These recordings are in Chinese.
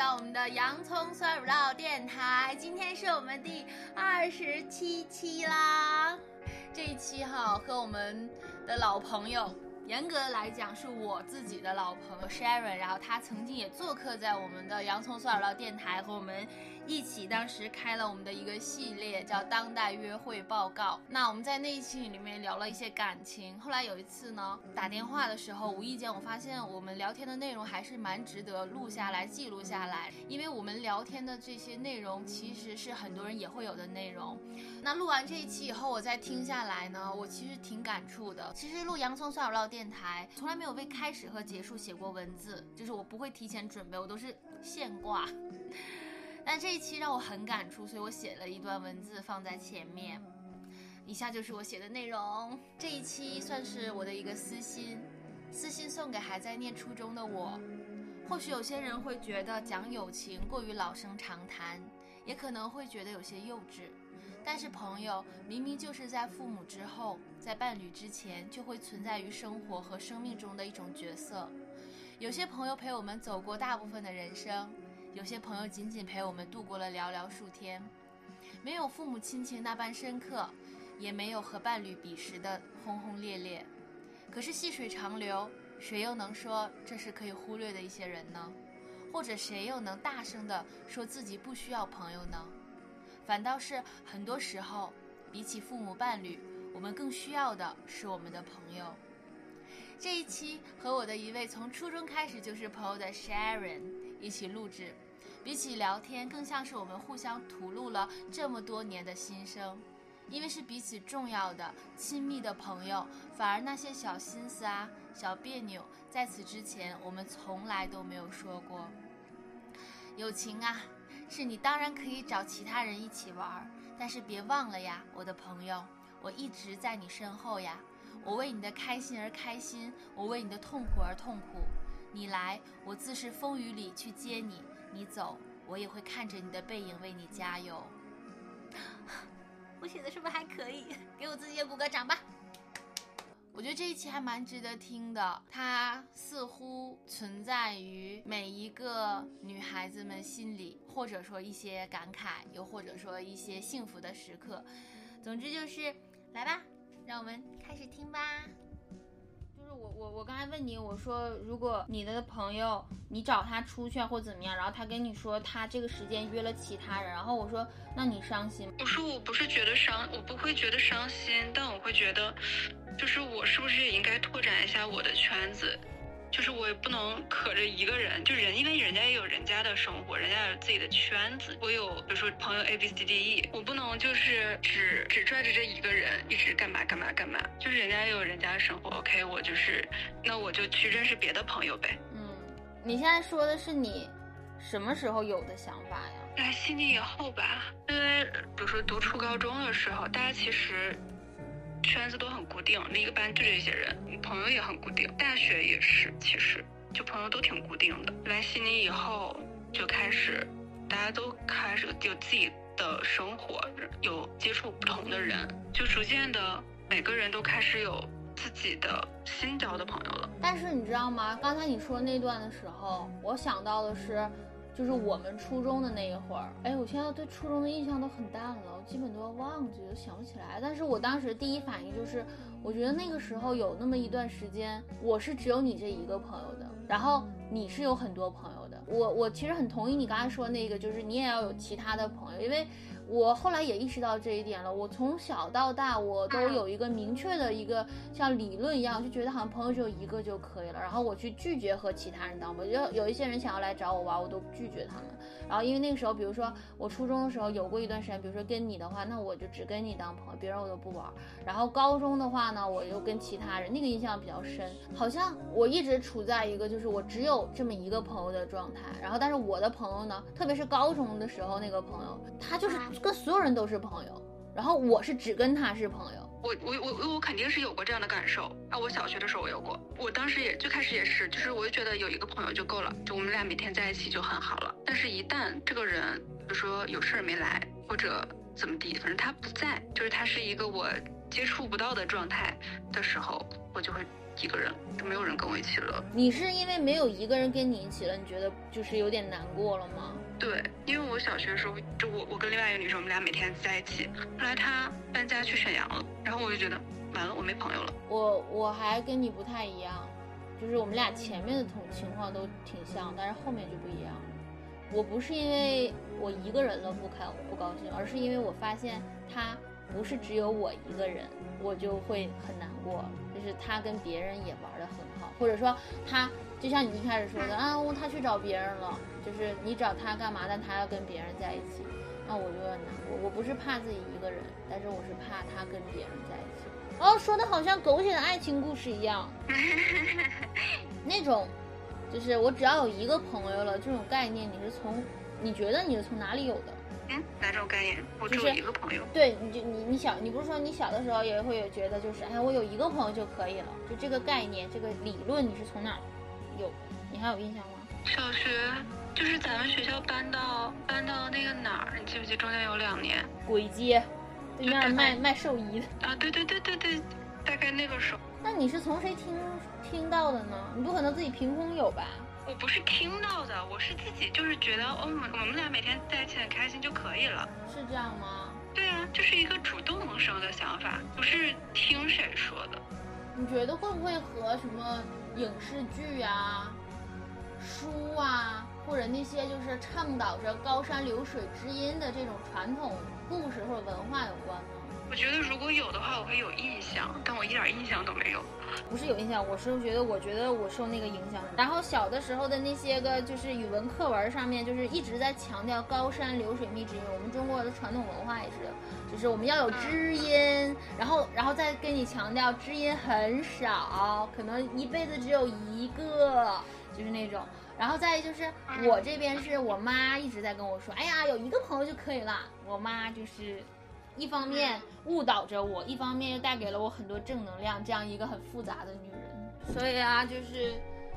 到我们的洋葱酸乳酪电台，今天是我们第27期啦。这一期和我们的老朋友，严格的来讲是我自己的老朋友 Sharon， 然后他曾经也做客在我们的洋葱酸乳酪电台，和我们一起当时开了我们的一个系列叫当代约会报告。那我们在那一期里面聊了一些感情，后来有一次呢打电话的时候，无意间我发现我们聊天的内容还是蛮值得录下来记录下来，因为我们聊天的这些内容其实是很多人也会有的内容。那录完这一期以后，我再听下来呢，我其实挺感触的。其实录洋葱酸乳酪电台从来没有为开始和结束写过文字，就是我不会提前准备，我都是现挂。但这一期让我很感触，所以我写了一段文字放在前面，以下就是我写的内容。这一期算是我的一个私心送给还在念初中的我。或许有些人会觉得讲友情过于老生常谈，也可能会觉得有些幼稚，但是朋友明明就是在父母之后，在伴侣之前就会存在于生活和生命中的一种角色。有些朋友陪我们走过大部分的人生，有些朋友仅仅陪我们度过了寥寥数天，没有父母亲情那般深刻，也没有和伴侣彼时的轰轰烈烈。可是细水长流，谁又能说这是可以忽略的一些人呢？或者谁又能大声地说自己不需要朋友呢？反倒是很多时候，比起父母伴侣，我们更需要的是我们的朋友。这一期和我的一位从初中开始就是朋友的 Sharon 一起录制，比起聊天更像是我们互相吐露了这么多年的心声。因为是彼此重要的亲密的朋友，反而那些小心思小别扭，在此之前我们从来都没有说过。友情是你当然可以找其他人一起玩，但是别忘了呀，我的朋友，我一直在你身后呀。我为你的开心而开心，我为你的痛苦而痛苦。你来，我自是风雨里去接你；你走，我也会看着你的背影为你加油。我写的是不是还可以？给我自己也鼓个掌吧。我觉得这一期还蛮值得听的，它似乎存在于每一个女孩子们心里，或者说一些感慨，又或者说一些幸福的时刻。总之就是来吧，让我们开始听吧。就是我刚才问你，我说如果你的朋友你找他出去或怎么样，然后他跟你说他这个时间约了其他人，然后我说那你伤心吗？ 我说我不是觉得我不会觉得伤心，但我会觉得就是我是不是也应该拓展一下我的圈子，就是我也不能可着一个人，就因为人家也有人家的生活，人家有自己的圈子，我有比如说朋友 ABCDE， 我不能就是只拽着这一个人一直干嘛，就是人家也有人家的生活 OK， 那我就去认识别的朋友呗。 你现在说的是你什么时候有的想法呀？ 来悉尼以后吧，因为比如说读初高中的时候，大家其实圈子都很固定，一个班就这些人，朋友也很固定，大学也是，其实就朋友都挺固定的。来悉尼以后就开始大家都开始有自己的生活，有接触不同的人，就逐渐的每个人都开始有自己的新交的朋友了。 但是你知道吗，刚才你说那段的时候，我想到的是就是我们初中的那一会儿。我现在对初中的印象都很淡了，我基本都要忘记，都想不起来。但是我当时第一反应就是我觉得那个时候有那么一段时间，我是只有你这一个朋友的，然后你是有很多朋友的。我其实很同意你刚才说那个，就是你也要有其他的朋友，因为我后来也意识到这一点了。我从小到大我都有一个明确的一个像理论一样，就觉得好像朋友只有一个就可以了，然后我去拒绝和其他人当朋友。就有一些人想要来找我玩，我都拒绝他们。然后因为那个时候比如说我初中的时候有过一段时间，比如说跟你的话，那我就只跟你当朋友，别人我都不玩。然后高中的话呢，我又跟其他人，那个印象比较深，好像我一直处在一个就是我只有这么一个朋友的状态。然后但是我的朋友呢，特别是高中的时候那个朋友，他就是跟所有人都是朋友，然后我是只跟他是朋友。 我肯定是有过这样的感受我小学的时候我有过，我当时也最开始也是，就是我就觉得有一个朋友就够了，就我们俩每天在一起就很好了。但是一旦这个人比如说有事儿没来，或者怎么地，反正他不在，就是他是一个我接触不到的状态的时候，我就会一个人，就没有人跟我一起了。 你是因为没有一个人跟你一起了，你觉得就是有点难过了吗？ 对，因为我小学的时候，就我跟另外一个女生，我们俩每天在一起。后来她搬家去沈阳了，然后我就觉得完了，我没朋友了。 我还跟你不太一样，就是我们俩前面的情况都挺像，但是后面就不一样了。我不是因为我一个人了不高兴，而是因为我发现他不是只有我一个人，我就会很难过。就是他跟别人也玩得很好，或者说他就像你一开始说的他去找别人了，就是你找他干嘛？但他要跟别人在一起，那我就很难过。我不是怕自己一个人，但是我是怕他跟别人在一起。说的好像狗血的爱情故事一样，那种就是我只要有一个朋友了，这种概念你觉得你是从哪里有的？ 哪种概念？我只有一个朋友。 对，你不是说你小的时候也会有觉得就是我有一个朋友就可以了，就这个概念这个理论你是从哪有的？你还有印象吗？ 小学就是咱们学校搬到那个哪儿，你记不记？中间有2年。 簋街对面卖寿衣的啊，对，大概那个时候。 那你是从谁听到的呢？你不可能自己凭空有吧？ 我不是听到的，我是自己就是觉得我们俩每天在一起很开心就可以了。 是这样吗？ 对啊，这是一个主动萌生的想法，不是听谁说的。 你觉得会不会和什么影视剧啊、书啊，或者那些就是倡导着高山流水知音的这种传统故事或者文化有关呢？ 我觉得如果有的话我会有印象，但我一点印象都没有。 不是有印象，我觉得我受那个影响。然后小的时候的那些个就是语文课文上面就是一直在强调高山流水觅知音，我们中国的传统文化也是，就是我们要有知音，然后再跟你强调知音很少，可能一辈子只有一个，就是那种。然后再就是我这边是我妈一直在跟我说，有一个朋友就可以了。我妈就是一方面误导着我，一方面又带给了我很多正能量，这样一个很复杂的女人。所以就是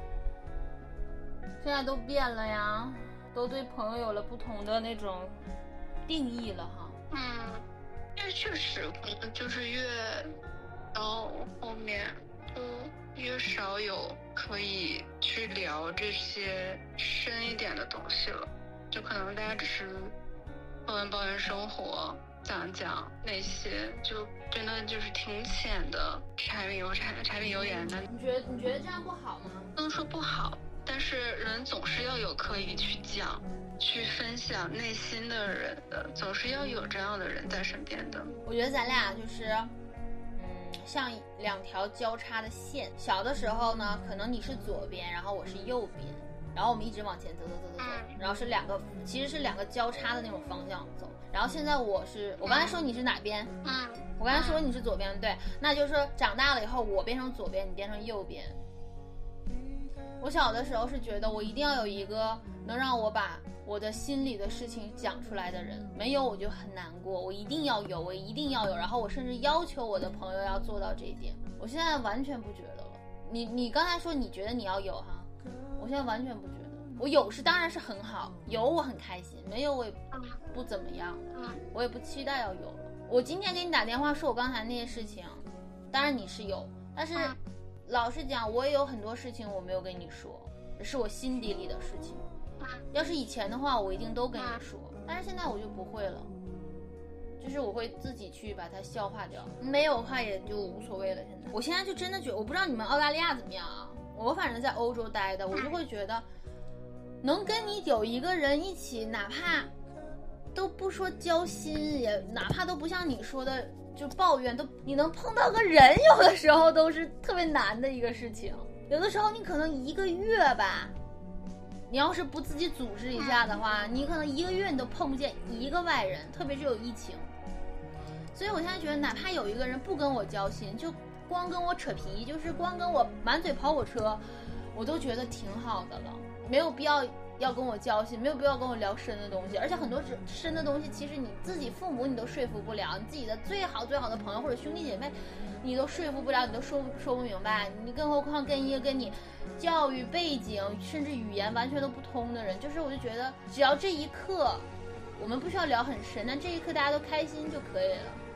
现在都变了呀，都对朋友有了不同的那种定义了哈。 因为确实可能就是越到后面就越少有可以去聊这些深一点的东西了，就可能大家只是抱怨生活，讲那些就真的就是挺浅的柴米油盐的。 你觉得这样不好吗？ 不能说不好，但是人总是要有可以去讲去分享内心的人的，总是要有这样的人在身边的。 我觉得咱俩就是像两条交叉的线。小的时候呢，可能你是左边，然后我是右边，然后我们一直往前走，然后其实是两个交叉的那种方向走。然后现在我刚才说你是哪边？我刚才说你是左边，对，那就是说长大了以后我变成左边，你变成右边。我小的时候是觉得我一定要有一个能让我把我的心里的事情讲出来的人，没有我就很难过，我一定要有，然后我甚至要求我的朋友要做到这一点。我现在完全不觉得了。你刚才说你觉得你要有哈，我现在完全不觉得。我有当然是很好，有我很开心，没有我也不怎么样，我也不期待要有了。我今天给你打电话说我刚才那些事情，当然你是有，但是老实讲我也有很多事情我没有跟你说，是我心底里的事情。要是以前的话我一定都跟你说，但是现在我就不会了，就是我会自己去把它消化掉，没有的话也就无所谓了。我现在就真的觉得，我不知道你们澳大利亚怎么样啊，我反正在欧洲待的，我就会觉得能跟你有一个人一起，哪怕都不说交心，也哪怕都不像你说的就抱怨，都你能碰到个人，有的时候都是特别难的一个事情。有的时候你可能1个月吧，你要是不自己组织一下的话，你可能1个月你都碰不见一个外人，特别是有疫情。所以我现在觉得哪怕有一个人不跟我交心，就光跟我扯皮，就是光跟我满嘴跑火车，我都觉得挺好的了，没有必要跟我交心，没有必要跟我聊深的东西。而且很多深的东西其实你自己父母你都说服不了，你自己的最好的朋友或者兄弟姐妹你都说服不了，你都说不明白，你更何况跟一个跟你教育背景甚至语言完全都不通的人。就是我就觉得只要这一刻我们不需要聊很深，但这一刻大家都开心就可以了。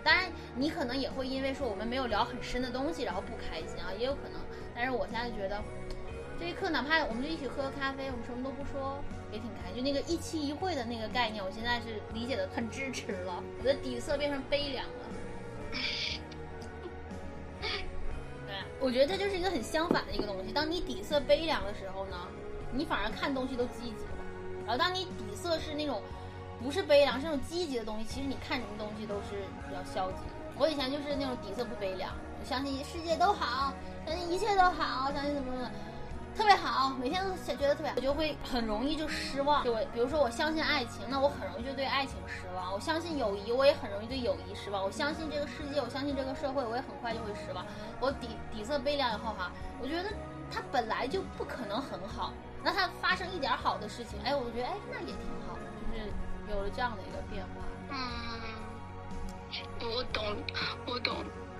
当然你可能也会因为说我们没有聊很深的东西然后不开心啊，也有可能。但是我现在觉得这一刻哪怕我们就一起喝个咖啡，我们什么都不说也挺开心，就那个一期一会的那个概念我现在是理解的很支持了，我的底色变成悲凉了。我觉得这就是一个很相反的一个东西，当你底色悲凉的时候呢，你反而看东西都积极了，然后当你底色是那种不是悲凉是那种积极的东西，其实你看什么东西都是比较消极的。我以前就是那种底色不悲凉，我相信世界都好，相信一切都好，相信什么特别好，每天都觉得特别好，我就会很容易就失望。就比如说我相信爱情，那我很容易就对爱情失望；我相信友谊，我也很容易对友谊失望；我相信这个世界，我相信这个社会，我也很快就会失望。我底色悲凉以后哈，我觉得它本来就不可能很好，那它发生一点好的事情，哎，我觉得哎那也挺好，就是有了这样的一个变化。 我懂。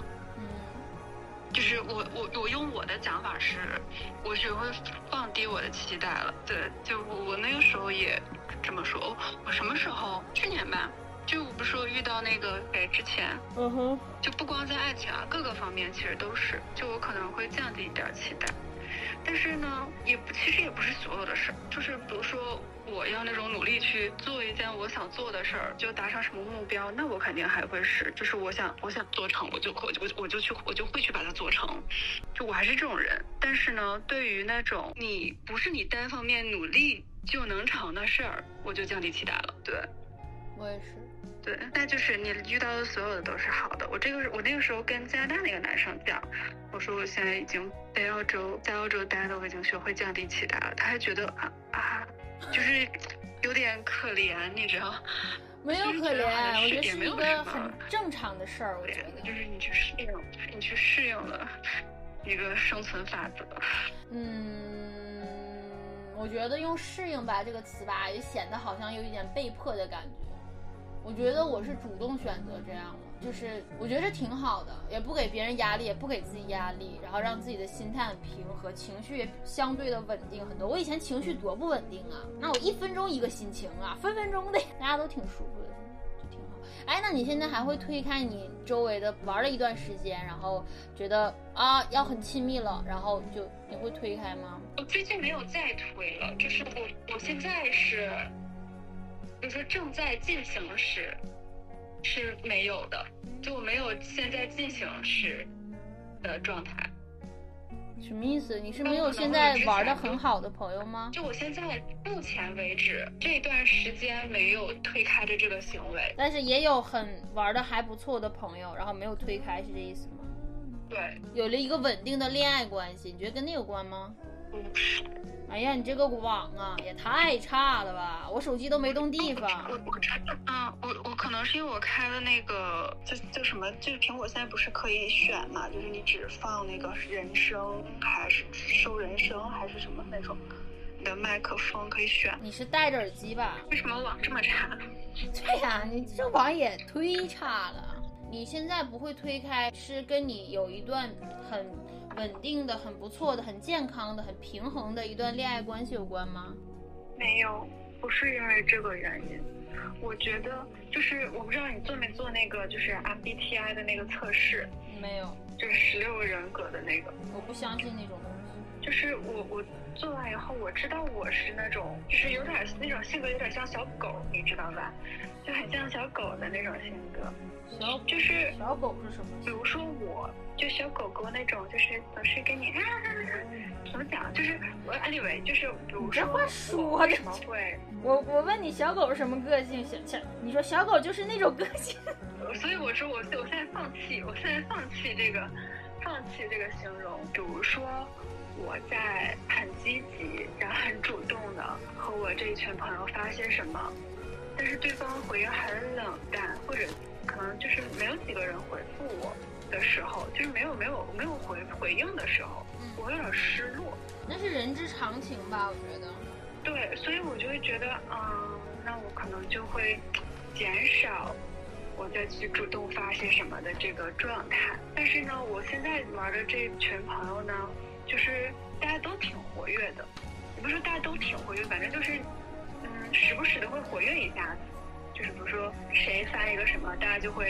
就是我用我的讲法是，我学会放低我的期待了。对，就我那个时候也这么说。我什么时候？去年吧。就我不是说遇到那个谁之前，就不光在爱情啊，各个方面其实都是，就我可能会降低一点期待。但是呢，其实也不是所有的事儿，就是比如说我要那种努力去做一件我想做的事儿，就达成什么目标，那我肯定还会是，就是我想做成，我就会去把它做成，就我还是这种人。但是呢，对于那种不是你单方面努力就能成的事儿，我就降低期待了。对， 我也是。 对，那就是你遇到的所有的都是好的。我那个时候跟加拿大那个男生讲，我说我现在已经在澳洲待的，我已经学会降低期待了。他还觉得就是有点可怜，你知道？ 没有可怜，我觉得是一个很正常的事儿。我觉得就是你去适应了一个生存法则。 我觉得用适应吧这个词吧，也显得好像有一点被迫的感觉。我觉得我是主动选择这样了，就是我觉得这挺好的，也不给别人压力，也不给自己压力，然后让自己的心态很平和，情绪也相对的稳定很多。我以前情绪多不稳定啊，那我1分钟一个心情啊，分分钟的，大家都挺舒服的，就挺好。哎，那你现在还会推开你周围的玩了一段时间，然后觉得要很亲密了，然后你会推开吗？ 我最近没有再推了，就是我现在是。就是正在进行时是没有的，就我没有现在进行时的状态。 什么意思？你是没有现在玩的很好的朋友吗？ 就我现在目前为止这段时间没有推开的这个行为， 但是也有很玩的还不错的朋友，然后没有推开，是这意思吗？ 对， 有了一个稳定的恋爱关系，你觉得跟那有关吗？ 不是。 哎呀，你这个网也太差了吧！我手机都没动地方。 我可能是因为我开了那个就什么，就是苹果现在不是可以选嘛，就是你只放那个人声还是收人声还是什么那种，你的麦克风可以选。 你是戴着耳机吧？ 为什么网这么差？ 对呀，你这网也忒差了。你现在不会推开，是跟你有一段很稳定的、很不错的、很健康的、很平衡的一段恋爱关系有关吗？ 没有，不是因为这个原因。我觉得就是我不知道你做没做那个就是 MBTI 的那个测试。 没有， 就是16个人格的那个。 我不相信那种东西。 就是我做完以后，我知道我是那种就是有点那种性格，有点像小狗，你知道吧？就很像小狗的那种性格。就是小狗是什么？ 比如说我就小狗狗那种，就是总是跟你怎么讲？就是我 anyway 就是比如说这话说的什么会？ 我问你小狗是什么个性？你说小狗就是那种个性。 所以我说我现在放弃这个形容。比如说我在很积极，然后很主动的和我这一群朋友发些什么，但是对方回应很冷淡，或者可能就是没有几个人回复我的时候，就是没有回应的时候，我有点失落。 那是人之常情吧，我觉得。 对，所以我就会觉得，那我可能就会减少我再去主动发些什么的这个状态。但是呢，我现在玩的这群朋友呢，就是大家都挺活跃的，也不是说大家都挺活跃，反正就是时不时的会活跃一下子。就是比如说谁发一个什么，大家就会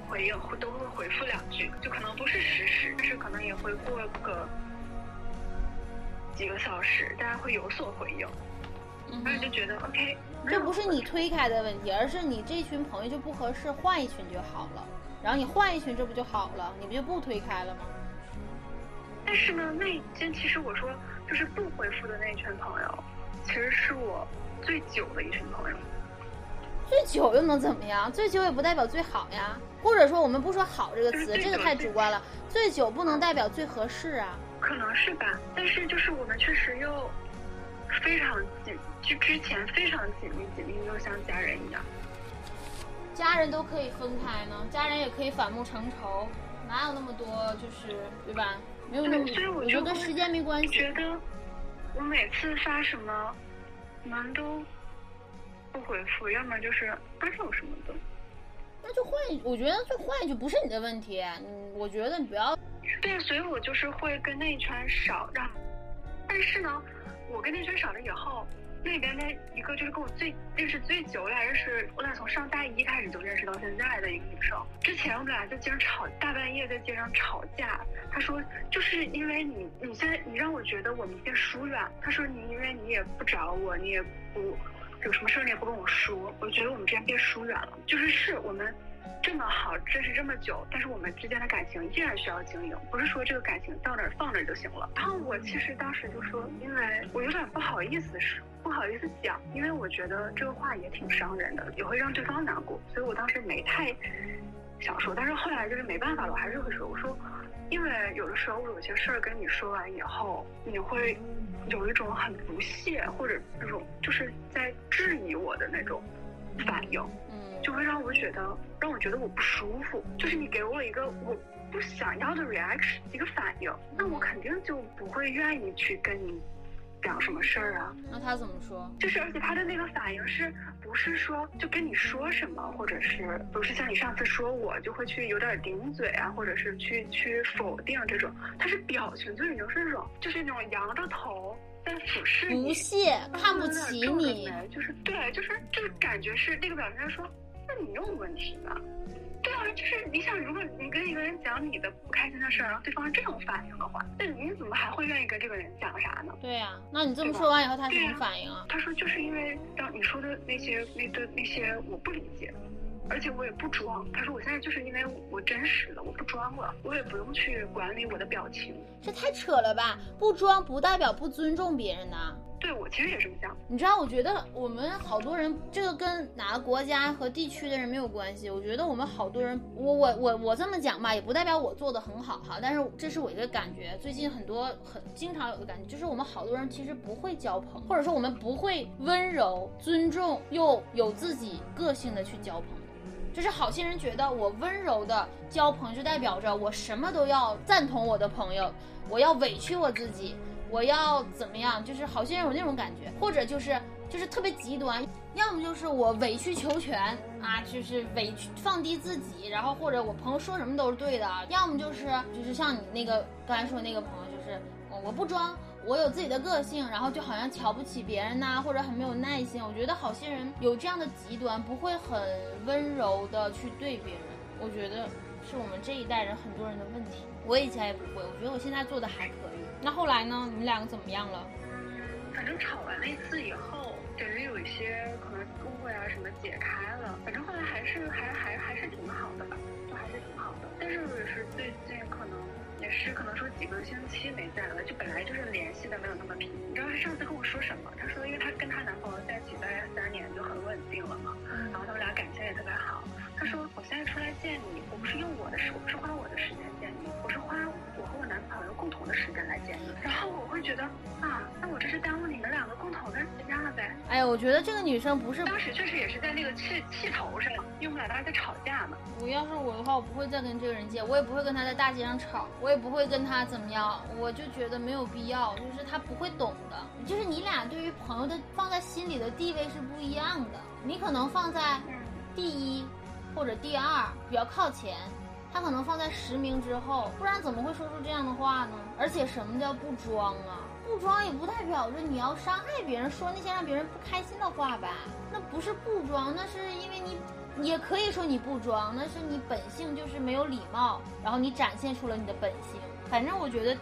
回应，都会回复2句，就可能不是实时，但是可能也会过个几个小时，大家会有所回应。然后就觉得 OK， 这不是你推开的问题，而是你这群朋友就不合适，换一群就好了。然后你换一群，这不就好了？你不就不推开了吗？ 但是呢，那一件其实我说就是不回复的那一群朋友，其实是我最久的一群朋友。 最久又能怎么样？最久也不代表最好呀。或者说我们不说好这个词，这个太主观了。最久不能代表最合适啊。 可能是吧，但是就是我们确实又非常紧，就之前非常紧密，又像家人一样。 家人都可以分开呢，家人也可以反目成仇，哪有那么多就是对吧？没有那么， 所以我觉得跟时间没关系。 觉得我每次发什么，你们都不回复，要么就是发售什么的。 那就换一，我觉得就换一句不是你的问题。我觉得你不要。 对啊，所以我就是会跟那一圈少让，但是呢，我跟那圈少了以后。那边的一个就是跟我认识最久，我俩从上大一开始就认识到现在的一个女生。之前我们俩在街上吵，大半夜在街上吵架。她说就是因为你现在你让我觉得我们变疏远。她说因为你也不找我，你也不有什么事你也不跟我说，我觉得我们之间变疏远了。就是我们这么好，认识这么久，但是我们之间的感情依然需要经营，不是说这个感情到那儿放那儿就行了。然后我其实当时就说，因为我有点不好意思讲，因为我觉得这个话也挺伤人的，也会让对方难过，所以我当时没太想说。但是后来就是没办法了，我还是会说，我说因为有的时候我有些事儿跟你说完以后，你会有一种很不屑或者那种就是在质疑我的那种反应，就会让我觉得我不舒服，就是你给我一个我不想要的 reaction 一个反应，那我肯定就不会愿意去跟你讲什么事儿啊。 那他怎么说？ 就是而且他的那个反应不是说就跟你说什么，或者是不是像你上次说我就会去有点顶嘴啊，或者是去否定这种，他是表情就已经是那种就是那种扬着头在俯视你， 不屑看不起你， 就是对，就是感觉是那个表情说那你有问题吧。对啊，就是你想，如果你跟一个人讲你的不开心的事儿，然后对方是这种反应的话，那你怎么还会愿意跟这个人讲啥呢？ 对呀，那你这么说完以后，他什么反应啊？ 他说就是因为让你说的那些我不理解，而且我也不装。他说我现在就是因为我真实了，我不装了，我也不用去管理我的表情。 这太扯了吧！不装不代表不尊重别人呐。 对，我其实也这么想。 你知道，我觉得我们好多人，这个跟哪个国家和地区的人没有关系。我觉得我们好多人，我这么讲吧，也不代表我做的很好哈，但是这是我一个感觉。最近很经常有个感觉，就是我们好多人其实不会交朋友，或者说我们不会温柔、尊重又有自己个性的去交朋友。就是好些人觉得我温柔的交朋友，就代表着我什么都要赞同我的朋友，我要委屈我自己。我要怎么样？就是好些人有那种感觉，或者就是特别极端，要么就是我委曲求全啊，就是放低自己，然后或者我朋友说什么都是对的，要么就是像你那个刚才说的那个朋友，就是我不装，我有自己的个性，然后就好像瞧不起别人呐，或者很没有耐心。我觉得好些人有这样的极端，不会很温柔的去对别人。我觉得是我们这一代人很多人的问题。我以前也不会，我觉得我现在做的还可以。那后来呢？你们两个怎么样了？ 反正吵完那次以后，感觉有一些可能误会啊什么解开了。反正后来还是挺好的吧，就还是挺好的。但是我也是最近可能说几个星期没见了，就本来就是联系的没有那么频。你知道她上次跟我说什么？她说因为她跟她男朋友在一起大概3年，就很稳定了嘛，然后他们俩感情也特别好。她说我现在出来见你，我不是花我的时间见你，我是花我和我男朋友共同的时间来见你。然后我会觉得啊，那我这是耽误你们两个共同的时间了呗。 哎呀，我觉得这个女生不是， 当时确实也是在那个气头上，因为我们俩当时在吵架嘛。 我要是我的话，我不会再跟这个人见，我也不会跟他在大街上吵，我也不会跟他怎么样，我就觉得没有必要，就是他不会懂的。就是你俩对于朋友的放在心里的地位是不一样的，你可能放在第一或者第二比较靠前，他可能放在10名之后，不然怎么会说出这样的话呢？而且什么叫不装啊？不装也不代表着你要伤害别人，说那些让别人不开心的话吧？那不是不装，那是因为你也可以说你不装，那是你本性就是没有礼貌，然后你展现出了你的本性。反正我觉得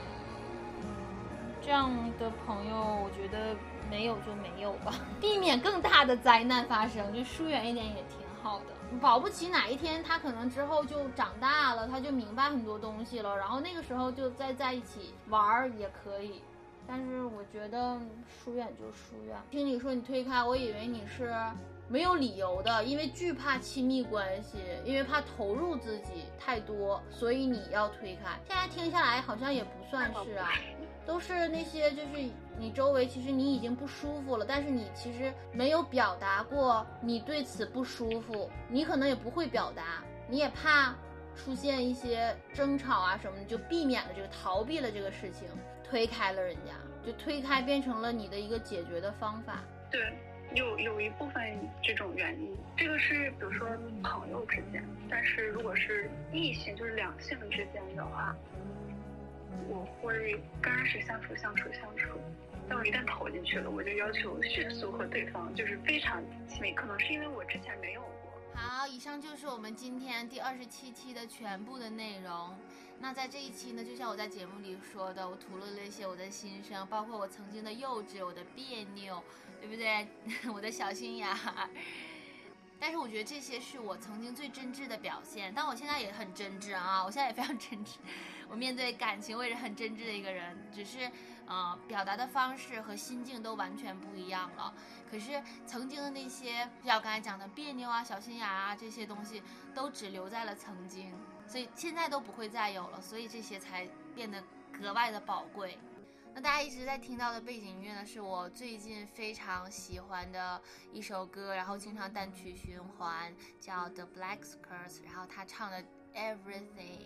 这样的朋友，我觉得没有就没有吧，避免更大的灾难发生，就疏远一点也挺好的。保不齐哪一天他可能之后就长大了，他就明白很多东西了，然后那个时候就再在一起玩也可以。但是我觉得疏远就疏远。听你说你推开，我以为你是没有理由的，因为惧怕亲密关系，因为怕投入自己太多，所以你要推开。现在听下来好像也不算是啊，都是那些就是你周围其实你已经不舒服了，但是你其实没有表达过你对此不舒服，你可能也不会表达，你也怕出现一些争吵啊什么的，就避免了这个，逃避了这个事情，推开了人家，就推开变成了你的一个解决的方法。 对，有一部分这种原因，这个是比如说朋友之间，但是如果是异性，就是两性之间的话，我会刚开始相处，但我一旦投进去了，我就要求迅速和对方就是非常亲密，可能是因为我之前没有过。 好，以上就是我们今天第27期的全部的内容。那在这一期呢，就像我在节目里说的，我吐露了一些我的心声，包括我曾经的幼稚，我的别扭，对不对？我的小心眼。但是我觉得这些是我曾经最真挚的表现，但我现在也很真挚啊，我现在也非常真挚。我面对感情，我也是很真挚的一个人，只是表达的方式和心境都完全不一样了。可是曾经的那些，像我刚才讲的别扭啊、小心眼啊这些东西，都只留在了曾经，所以现在都不会再有了，所以这些才变得格外的宝贵。那大家一直在听到的背景音乐呢，是我最近非常喜欢的一首歌，然后经常单曲循环，叫 The Black Skirts， 然后他唱的 Everything。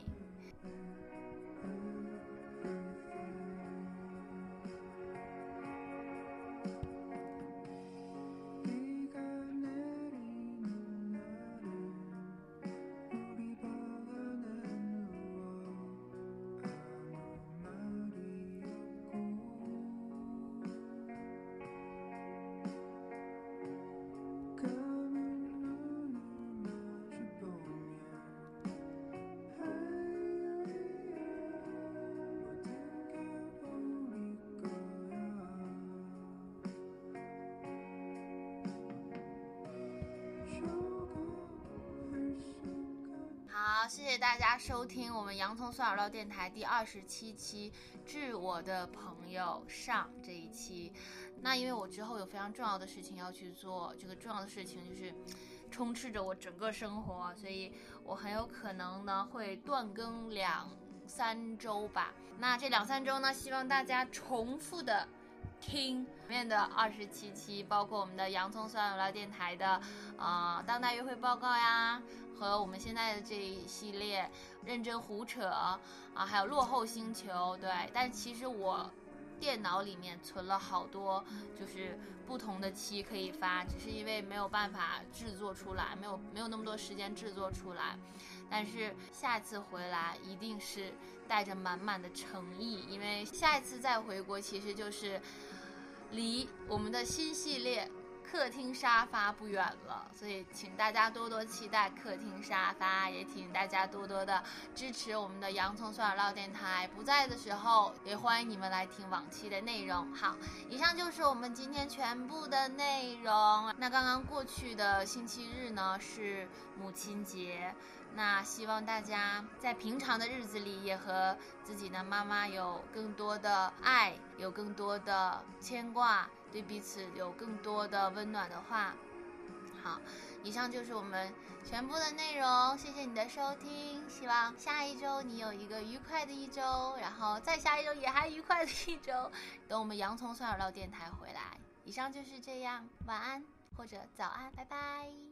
好，谢谢大家收听我们洋葱酸耳道电台第27期致我的朋友上这一期。那因为我之后有非常重要的事情要去做，这个重要的事情就是充斥着我整个生活，所以我很有可能呢会断更2-3周吧。那这2-3周呢，希望大家重复的听里面的27期，包括我们的洋葱酸耳道电台的当代约会报告呀，和我们现在的这一系列认真胡扯还有落后星球。对，但其实我电脑里面存了好多就是不同的期可以发，只是因为没有办法制作出来，没有那么多时间制作出来。但是下次回来一定是带着满满的诚意，因为下一次再回国其实就是离我们的新系列客厅沙发不远了，所以请大家多多期待客厅沙发，也请大家多多的支持我们的洋葱酸耳道电台。不在的时候也欢迎你们来听往期的内容。好，以上就是我们今天全部的内容。那刚刚过去的星期日呢是母亲节，那希望大家在平常的日子里也和自己的妈妈有更多的爱，有更多的牵挂，对彼此有更多的温暖的话。好，以上就是我们全部的内容，谢谢你的收听，希望下一周你有一个愉快的一周，然后再下一周也还愉快的一周，等我们洋葱酸耳道电台回来。以上就是这样，晚安或者早安，拜拜。